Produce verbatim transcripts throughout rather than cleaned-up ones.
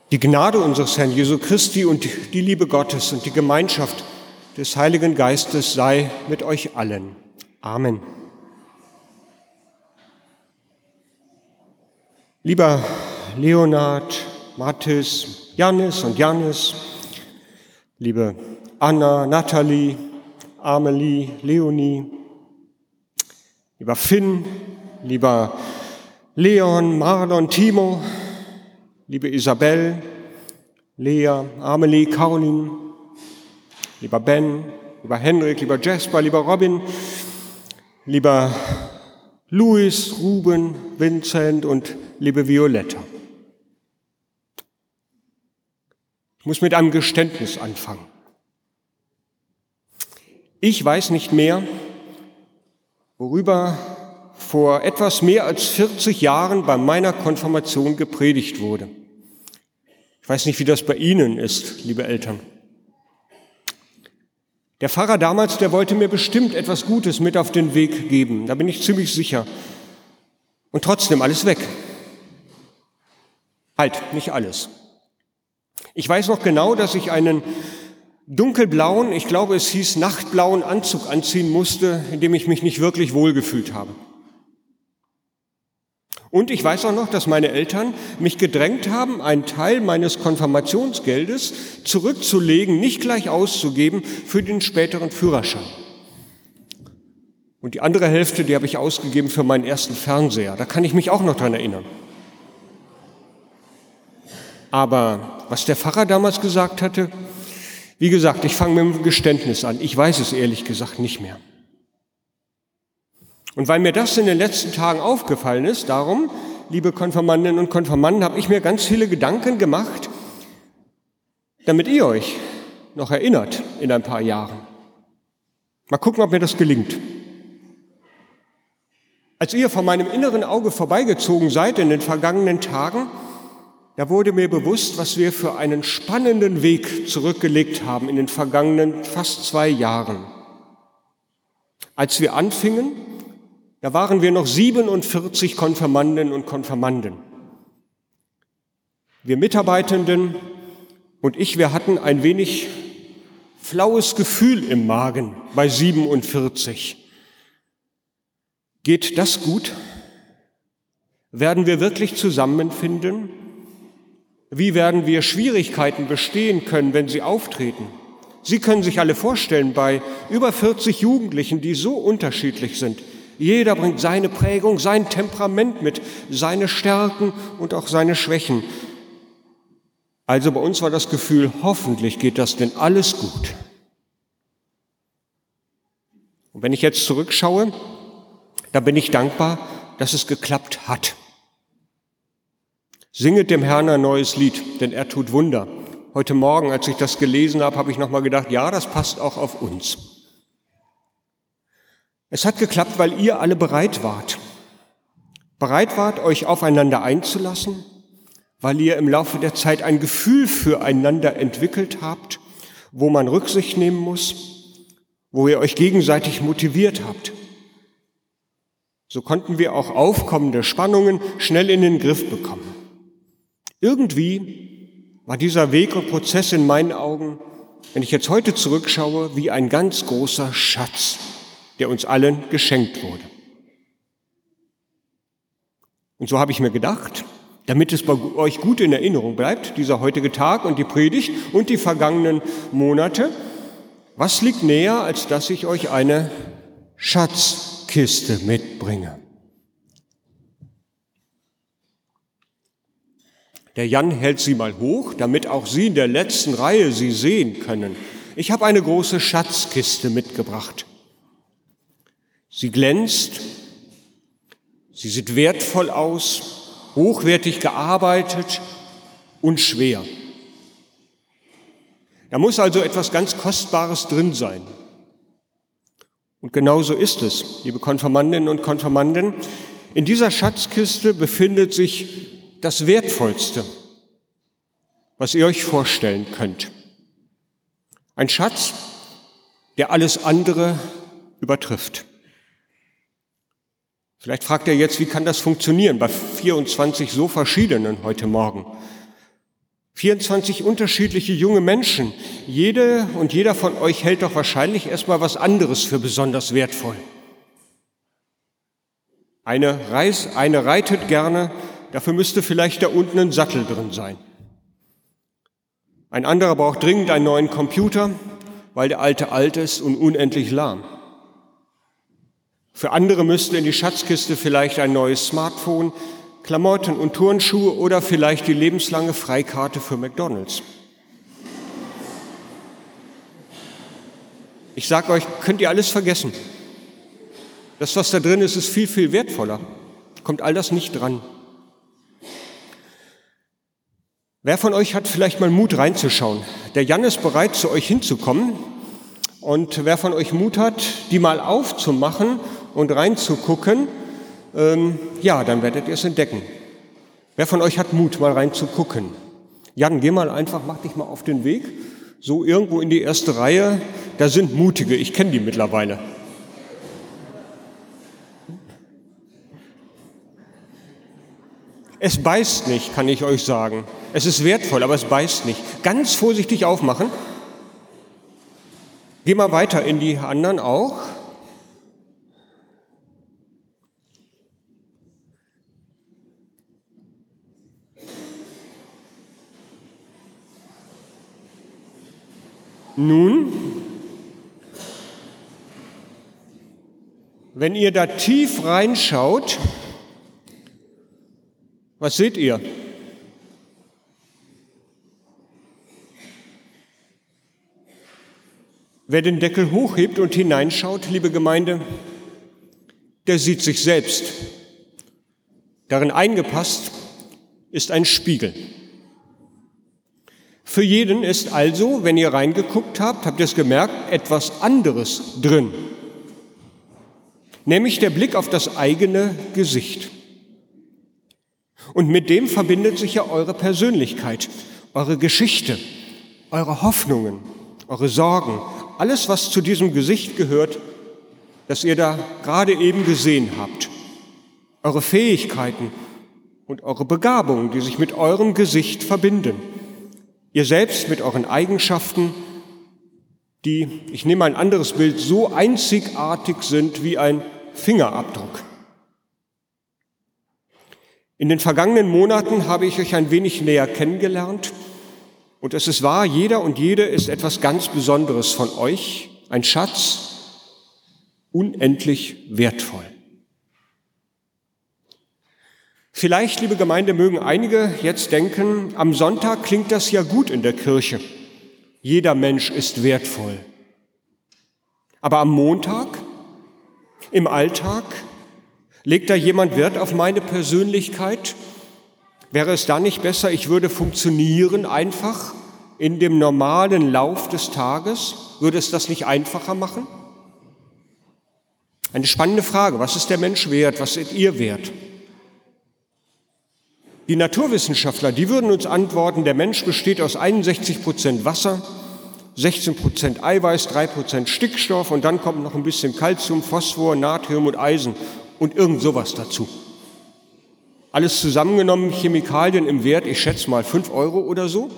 Die Gnade unseres Herrn Jesu Christi und die Liebe Gottes und die Gemeinschaft des Heiligen Geistes sei mit euch allen. Amen. Lieber Leonhard, Mathis, Janis und Janis, liebe Anna, Nathalie, Amelie, Leonie, lieber Finn, lieber Leon, Marlon, Timo, liebe Isabel, Lea, Amelie, Caroline, lieber Ben, lieber Henrik, lieber Jasper, lieber Robin, lieber Luis, Ruben, Vincent und liebe Violetta. Ich muss mit einem Geständnis anfangen. Ich weiß nicht mehr, worüber vor etwas mehr als vierzig Jahren bei meiner Konfirmation gepredigt wurde. Ich weiß nicht, wie das bei Ihnen ist, liebe Eltern. Der Pfarrer damals, der wollte mir bestimmt etwas Gutes mit auf den Weg geben, da bin ich ziemlich sicher. Und trotzdem alles weg. Halt, nicht alles. Ich weiß noch genau, dass ich einen dunkelblauen, ich glaube es hieß nachtblauen Anzug anziehen musste, in dem ich mich nicht wirklich wohlgefühlt habe. Und ich weiß auch noch, dass meine Eltern mich gedrängt haben, einen Teil meines Konfirmationsgeldes zurückzulegen, nicht gleich auszugeben für den späteren Führerschein. Und die andere Hälfte, die habe ich ausgegeben für meinen ersten Fernseher. Da kann ich mich auch noch dran erinnern. Aber was der Pfarrer damals gesagt hatte, wie gesagt, ich fange mit dem Geständnis an. Ich weiß es ehrlich gesagt nicht mehr. Und weil mir das in den letzten Tagen aufgefallen ist, darum, liebe Konfirmandinnen und Konfirmanden, habe ich mir ganz viele Gedanken gemacht, damit ihr euch noch erinnert in ein paar Jahren. Mal gucken, ob mir das gelingt. Als ihr vor meinem inneren Auge vorbeigezogen seid in den vergangenen Tagen, da wurde mir bewusst, was wir für einen spannenden Weg zurückgelegt haben in den vergangenen fast zwei Jahren. Als wir anfingen, da waren wir noch siebenundvierzig Konfirmandinnen und Konfirmanden. Wir Mitarbeitenden und ich, wir hatten ein wenig flaues Gefühl im Magen bei siebenundvierzig. Geht das gut? Werden wir wirklich zusammenfinden? Wie werden wir Schwierigkeiten bestehen können, wenn sie auftreten? Sie können sich alle vorstellen, bei über vierzig Jugendlichen, die so unterschiedlich sind. Jeder bringt seine Prägung, sein Temperament mit, seine Stärken und auch seine Schwächen. Also bei uns war das Gefühl, hoffentlich geht das denn alles gut. Und wenn ich jetzt zurückschaue, da bin ich dankbar, dass es geklappt hat. Singet dem Herrn ein neues Lied, denn er tut Wunder. Heute Morgen, als ich das gelesen habe, habe ich nochmal gedacht, ja, das passt auch auf uns. Es hat geklappt, weil ihr alle bereit wart. Bereit wart, euch aufeinander einzulassen, weil ihr im Laufe der Zeit ein Gefühl füreinander entwickelt habt, wo man Rücksicht nehmen muss, wo ihr euch gegenseitig motiviert habt. So konnten wir auch aufkommende Spannungen schnell in den Griff bekommen. Irgendwie war dieser Weg und Prozess in meinen Augen, wenn ich jetzt heute zurückschaue, wie ein ganz großer Schatz, der uns allen geschenkt wurde. Und so habe ich mir gedacht, damit es bei euch gut in Erinnerung bleibt, dieser heutige Tag und die Predigt und die vergangenen Monate, was liegt näher, als dass ich euch eine Schatzkiste mitbringe? Der Jan hält sie mal hoch, damit auch Sie in der letzten Reihe sie sehen können. Ich habe eine große Schatzkiste mitgebracht. Sie glänzt, sie sieht wertvoll aus, hochwertig gearbeitet und schwer. Da muss also etwas ganz Kostbares drin sein. Und genau so ist es, liebe Konfirmandinnen und Konfirmanden. In dieser Schatzkiste befindet sich das Wertvollste, was ihr euch vorstellen könnt. Ein Schatz, der alles andere übertrifft. Vielleicht fragt ihr jetzt, wie kann das funktionieren bei vierundzwanzig so verschiedenen heute Morgen? vierundzwanzig unterschiedliche junge Menschen. Jede und jeder von euch hält doch wahrscheinlich erstmal was anderes für besonders wertvoll. Eine, Reis, eine reitet gerne, dafür müsste vielleicht da unten ein Sattel drin sein. Ein anderer braucht dringend einen neuen Computer, weil der alte alt ist und unendlich lahm. Für andere müsste in die Schatzkiste vielleicht ein neues Smartphone, Klamotten und Turnschuhe oder vielleicht die lebenslange Freikarte für McDonald's. Ich sage euch, könnt ihr alles vergessen. Das, was da drin ist, ist viel, viel wertvoller. Kommt all das nicht dran. Wer von euch hat vielleicht mal Mut reinzuschauen? Der Jan ist bereit, zu euch hinzukommen. Und wer von euch Mut hat, die mal aufzumachen und reinzugucken, ähm, ja, dann werdet ihr es entdecken. Wer von euch hat Mut, mal reinzugucken? Jan, geh mal einfach, mach dich mal auf den Weg, so irgendwo in die erste Reihe. Da sind Mutige, ich kenne die mittlerweile. Es beißt nicht, kann ich euch sagen. Es ist wertvoll, aber es beißt nicht. Ganz vorsichtig aufmachen. Geh mal weiter in die anderen auch. Nun, wenn ihr da tief reinschaut, was seht ihr? Wer den Deckel hochhebt und hineinschaut, liebe Gemeinde, der sieht sich selbst. Darin eingepasst ist ein Spiegel. Für jeden ist also, wenn ihr reingeguckt habt, habt ihr es gemerkt, etwas anderes drin. Nämlich der Blick auf das eigene Gesicht. Und mit dem verbindet sich ja eure Persönlichkeit, eure Geschichte, eure Hoffnungen, eure Sorgen, alles, was zu diesem Gesicht gehört, das ihr da gerade eben gesehen habt. Eure Fähigkeiten und eure Begabungen, die sich mit eurem Gesicht verbinden. Ihr selbst mit euren Eigenschaften, die, ich nehme ein anderes Bild, so einzigartig sind wie ein Fingerabdruck. In den vergangenen Monaten habe ich euch ein wenig näher kennengelernt und es ist wahr, jeder und jede ist etwas ganz Besonderes von euch, ein Schatz, unendlich wertvoll. Vielleicht, liebe Gemeinde, mögen einige jetzt denken, am Sonntag klingt das ja gut in der Kirche. Jeder Mensch ist wertvoll. Aber am Montag, im Alltag, legt da jemand Wert auf meine Persönlichkeit? Wäre es da nicht besser, ich würde funktionieren einfach in dem normalen Lauf des Tages? Würde es das nicht einfacher machen? Eine spannende Frage. Was ist der Mensch wert? Was seid ihr wert? Die Naturwissenschaftler, die würden uns antworten, der Mensch besteht aus einundsechzig Prozent Wasser, sechzehn Prozent Eiweiß, drei Prozent Stickstoff und dann kommt noch ein bisschen Calcium, Phosphor, Natrium und Eisen und irgend sowas dazu. Alles zusammengenommen, Chemikalien im Wert, ich schätze mal fünf Euro oder so.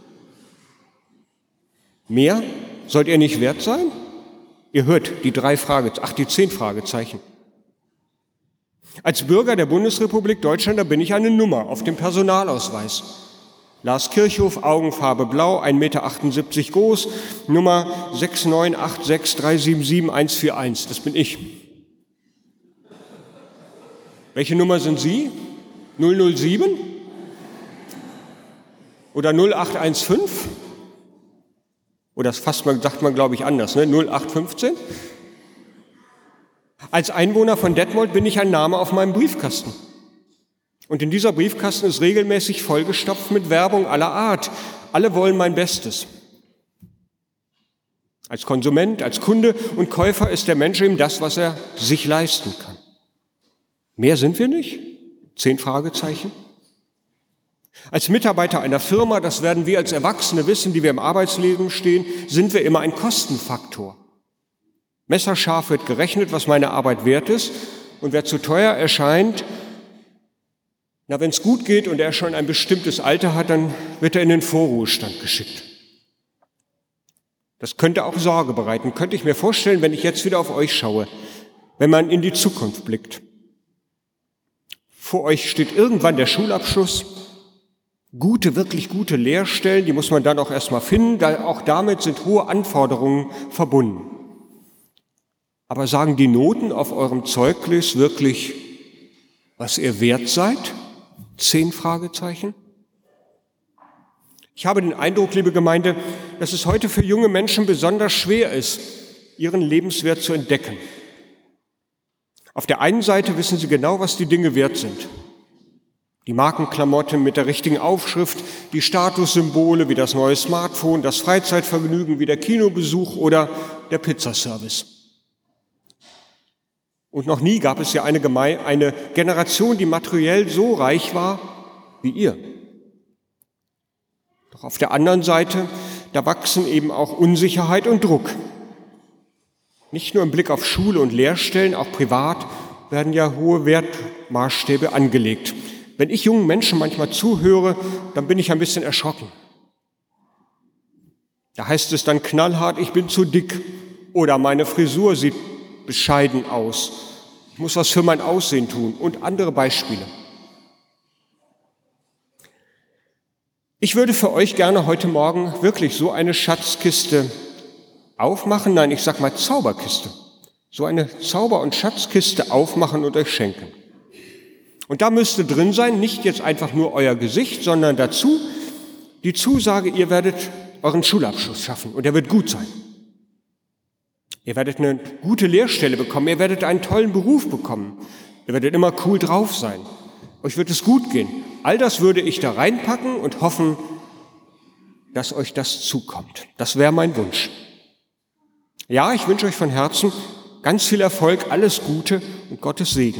Mehr sollt ihr nicht wert sein? Ihr hört die drei Fragezeichen, ach die zehn Fragezeichen. Als Bürger der Bundesrepublik Deutschland, da bin ich eine Nummer auf dem Personalausweis. Lars Kirchhoff, Augenfarbe blau, ein Meter achtundsiebzig groß, Nummer sechs neun acht sechs drei sieben sieben eins vier eins. Das bin ich. Welche Nummer sind Sie? null null sieben? Oder null acht eins fünf? Oder das fasst man, sagt man, glaube ich, anders, ne? null acht fünfzehn? Als Einwohner von Detmold bin ich ein Name auf meinem Briefkasten. Und in dieser Briefkasten ist regelmäßig vollgestopft mit Werbung aller Art. Alle wollen mein Bestes. Als Konsument, als Kunde und Käufer ist der Mensch eben das, was er sich leisten kann. Mehr sind wir nicht? Zehn Fragezeichen. Als Mitarbeiter einer Firma, das werden wir als Erwachsene wissen, die wir im Arbeitsleben stehen, sind wir immer ein Kostenfaktor. Messerscharf wird gerechnet, was meine Arbeit wert ist, und wer zu teuer erscheint, Na, wenn es gut geht und er schon ein bestimmtes Alter hat, dann wird er in den Vorruhestand geschickt. Das könnte auch Sorge bereiten, könnte ich mir vorstellen, wenn ich jetzt wieder auf euch schaue, wenn man in die Zukunft blickt. Vor euch steht irgendwann der Schulabschluss, gute, wirklich gute Lehrstellen, die muss man dann auch erstmal finden, da auch damit sind hohe Anforderungen verbunden. Aber sagen die Noten auf eurem Zeugnis wirklich, was ihr wert seid? Zehn Fragezeichen. Ich habe den Eindruck, liebe Gemeinde, dass es heute für junge Menschen besonders schwer ist, ihren Lebenswert zu entdecken. Auf der einen Seite wissen sie genau, was die Dinge wert sind. Die Markenklamotte mit der richtigen Aufschrift, die Statussymbole wie das neue Smartphone, das Freizeitvergnügen wie der Kinobesuch oder der Pizzaservice. Und noch nie gab es ja eine, Geme- eine Generation, die materiell so reich war wie ihr. Doch auf der anderen Seite, da wachsen eben auch Unsicherheit und Druck. Nicht nur im Blick auf Schule und Lehrstellen, auch privat werden ja hohe Wertmaßstäbe angelegt. Wenn ich jungen Menschen manchmal zuhöre, dann bin ich ein bisschen erschrocken. Da heißt es dann knallhart, ich bin zu dick oder meine Frisur sieht bescheiden aus. Ich muss was für mein Aussehen tun und andere Beispiele. Ich würde für euch gerne heute Morgen wirklich so eine Schatzkiste aufmachen, nein, ich sag mal Zauberkiste. So eine Zauber- und Schatzkiste aufmachen und euch schenken. Und da müsste drin sein, nicht jetzt einfach nur euer Gesicht, sondern dazu die Zusage, ihr werdet euren Schulabschluss schaffen und er wird gut sein. Ihr werdet eine gute Lehrstelle bekommen, ihr werdet einen tollen Beruf bekommen, ihr werdet immer cool drauf sein, euch wird es gut gehen. All das würde ich da reinpacken und hoffen, dass euch das zukommt. Das wäre mein Wunsch. Ja, ich wünsche euch von Herzen ganz viel Erfolg, alles Gute und Gottes Segen.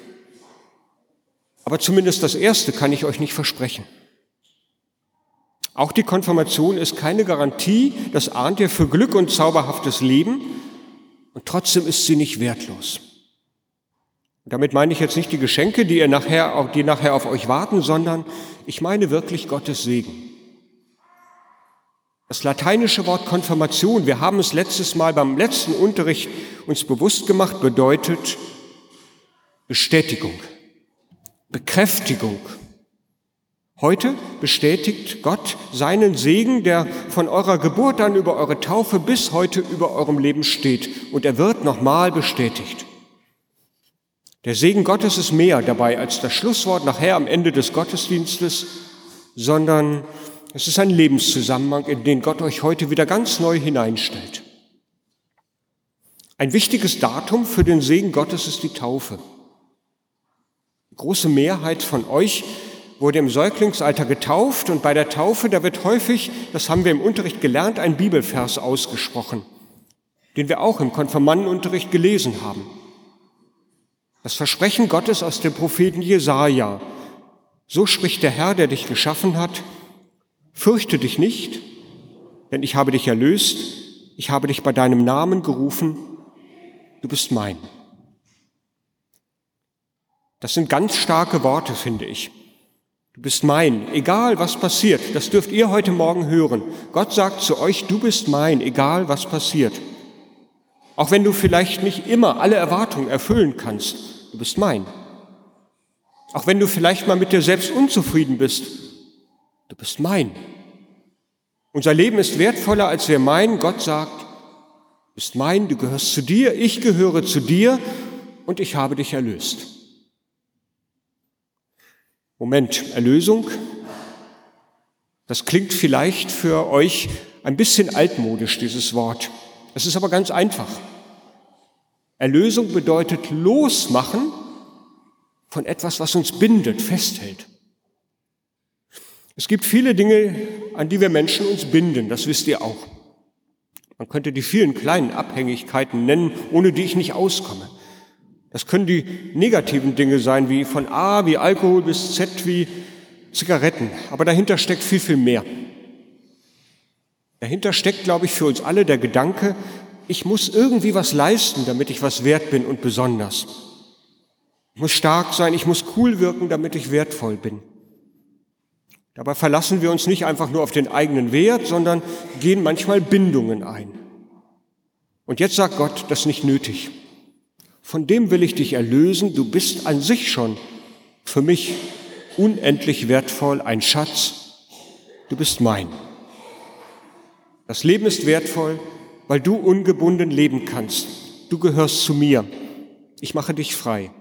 Aber zumindest das Erste kann ich euch nicht versprechen. Auch die Konfirmation ist keine Garantie, das ahnt ihr, für Glück und zauberhaftes Leben, und trotzdem ist sie nicht wertlos. Und damit meine ich jetzt nicht die Geschenke, die ihr nachher, die nachher auf euch warten, sondern ich meine wirklich Gottes Segen. Das lateinische Wort Konfirmation, wir haben es letztes Mal beim letzten Unterricht uns bewusst gemacht, bedeutet Bestätigung, Bekräftigung. Heute bestätigt Gott seinen Segen, der von eurer Geburt an über eure Taufe bis heute über eurem Leben steht. Und er wird nochmal bestätigt. Der Segen Gottes ist mehr dabei als das Schlusswort nachher am Ende des Gottesdienstes, sondern es ist ein Lebenszusammenhang, in den Gott euch heute wieder ganz neu hineinstellt. Ein wichtiges Datum für den Segen Gottes ist die Taufe. Die große Mehrheit von euch wurde im Säuglingsalter getauft und bei der Taufe, da wird häufig, das haben wir im Unterricht gelernt, ein Bibelvers ausgesprochen, den wir auch im Konfirmandenunterricht gelesen haben. Das Versprechen Gottes aus dem Propheten Jesaja. So spricht der Herr, der dich geschaffen hat: Fürchte dich nicht, denn ich habe dich erlöst, ich habe dich bei deinem Namen gerufen, du bist mein. Das sind ganz starke Worte, finde ich. Du bist mein, egal was passiert, das dürft ihr heute Morgen hören. Gott sagt zu euch, du bist mein, egal was passiert. Auch wenn du vielleicht nicht immer alle Erwartungen erfüllen kannst, du bist mein. Auch wenn du vielleicht mal mit dir selbst unzufrieden bist, du bist mein. Unser Leben ist wertvoller, als wir meinen. Gott sagt, du bist mein, du gehörst zu dir, ich gehöre zu dir und ich habe dich erlöst. Moment, Erlösung, das klingt vielleicht für euch ein bisschen altmodisch, dieses Wort. Es ist aber ganz einfach. Erlösung bedeutet losmachen von etwas, was uns bindet, festhält. Es gibt viele Dinge, an die wir Menschen uns binden, das wisst ihr auch. Man könnte die vielen kleinen Abhängigkeiten nennen, ohne die ich nicht auskomme. Das können die negativen Dinge sein, wie von A wie Alkohol bis Z wie Zigaretten. Aber dahinter steckt viel, viel mehr. Dahinter steckt, glaube ich, für uns alle der Gedanke, ich muss irgendwie was leisten, damit ich was wert bin und besonders. Ich muss stark sein, ich muss cool wirken, damit ich wertvoll bin. Dabei verlassen wir uns nicht einfach nur auf den eigenen Wert, sondern gehen manchmal Bindungen ein. Und jetzt sagt Gott, das ist nicht nötig. Von dem will ich dich erlösen, du bist an sich schon für mich unendlich wertvoll, ein Schatz, du bist mein. Das Leben ist wertvoll, weil du ungebunden leben kannst. Du gehörst zu mir. Ich mache dich frei.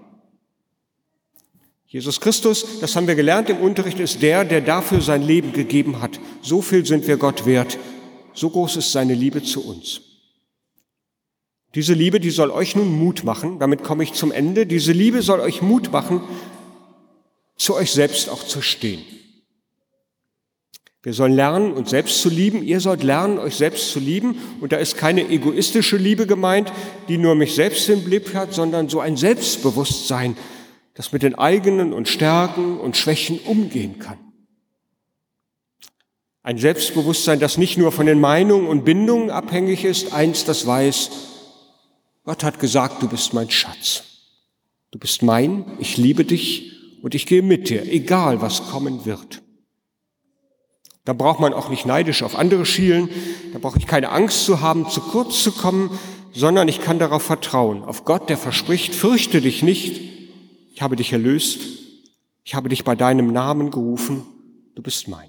Jesus Christus, das haben wir gelernt im Unterricht, ist der, der dafür sein Leben gegeben hat. So viel sind wir Gott wert. So groß ist seine Liebe zu uns. Diese Liebe, die soll euch nun Mut machen. Damit komme ich zum Ende. Diese Liebe soll euch Mut machen, zu euch selbst auch zu stehen. Wir sollen lernen, uns selbst zu lieben. Ihr sollt lernen, euch selbst zu lieben. Und da ist keine egoistische Liebe gemeint, die nur mich selbst im Blick hat, sondern so ein Selbstbewusstsein, das mit den eigenen und Stärken und Schwächen umgehen kann. Ein Selbstbewusstsein, das nicht nur von den Meinungen und Bindungen abhängig ist, eins, das weiß, Gott hat gesagt, du bist mein Schatz. Du bist mein, ich liebe dich und ich gehe mit dir, egal was kommen wird. Da braucht man auch nicht neidisch auf andere schielen, da brauche ich keine Angst zu haben, zu kurz zu kommen, sondern ich kann darauf vertrauen, auf Gott, der verspricht, fürchte dich nicht, ich habe dich erlöst, ich habe dich bei deinem Namen gerufen, du bist mein.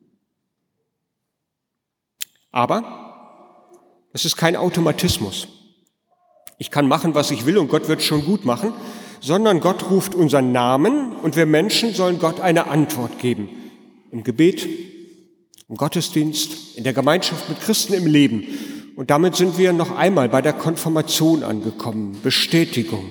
Aber es ist kein Automatismus. Ich kann machen, was ich will und Gott wird schon gut machen, sondern Gott ruft unseren Namen und wir Menschen sollen Gott eine Antwort geben. Im Gebet, im Gottesdienst, in der Gemeinschaft mit Christen im Leben. Und damit sind wir noch einmal bei der Konfirmation angekommen, Bestätigung.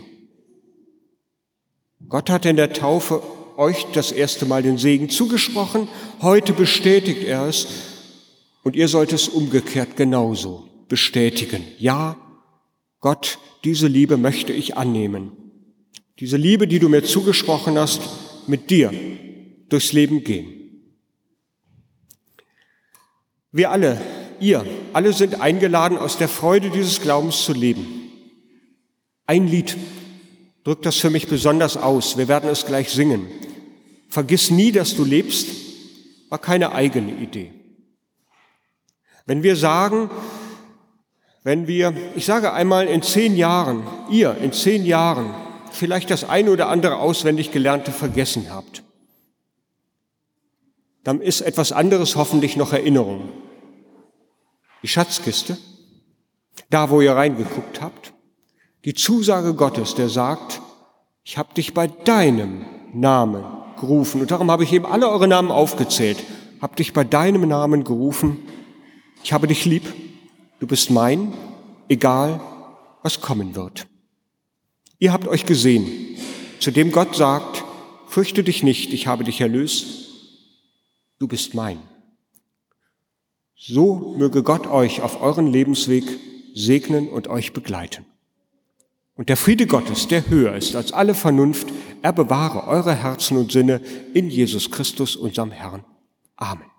Gott hat in der Taufe euch das erste Mal den Segen zugesprochen, heute bestätigt er es und ihr sollt es umgekehrt genauso bestätigen. Ja, Gott, diese Liebe möchte ich annehmen. Diese Liebe, die du mir zugesprochen hast, mit dir durchs Leben gehen. Wir alle, ihr, alle sind eingeladen, aus der Freude dieses Glaubens zu leben. Ein Lied drückt das für mich besonders aus. Wir werden es gleich singen. Vergiss nie, dass du lebst, war keine eigene Idee. Wenn wir sagen, wenn wir, ich sage einmal in zehn Jahren, ihr in zehn Jahren vielleicht das eine oder andere auswendig Gelernte vergessen habt, dann ist etwas anderes hoffentlich noch Erinnerung. Die Schatzkiste, da wo ihr reingeguckt habt, die Zusage Gottes, der sagt, ich habe dich bei deinem Namen gerufen. Und darum habe ich eben alle eure Namen aufgezählt. Habe dich bei deinem Namen gerufen. Ich habe dich lieb. Du bist mein, egal was kommen wird. Ihr habt euch gesehen, zu dem Gott sagt, fürchte dich nicht, ich habe dich erlöst. Du bist mein. So möge Gott euch auf euren Lebensweg segnen und euch begleiten. Und der Friede Gottes, der höher ist als alle Vernunft, er bewahre eure Herzen und Sinne in Jesus Christus, unserem Herrn. Amen.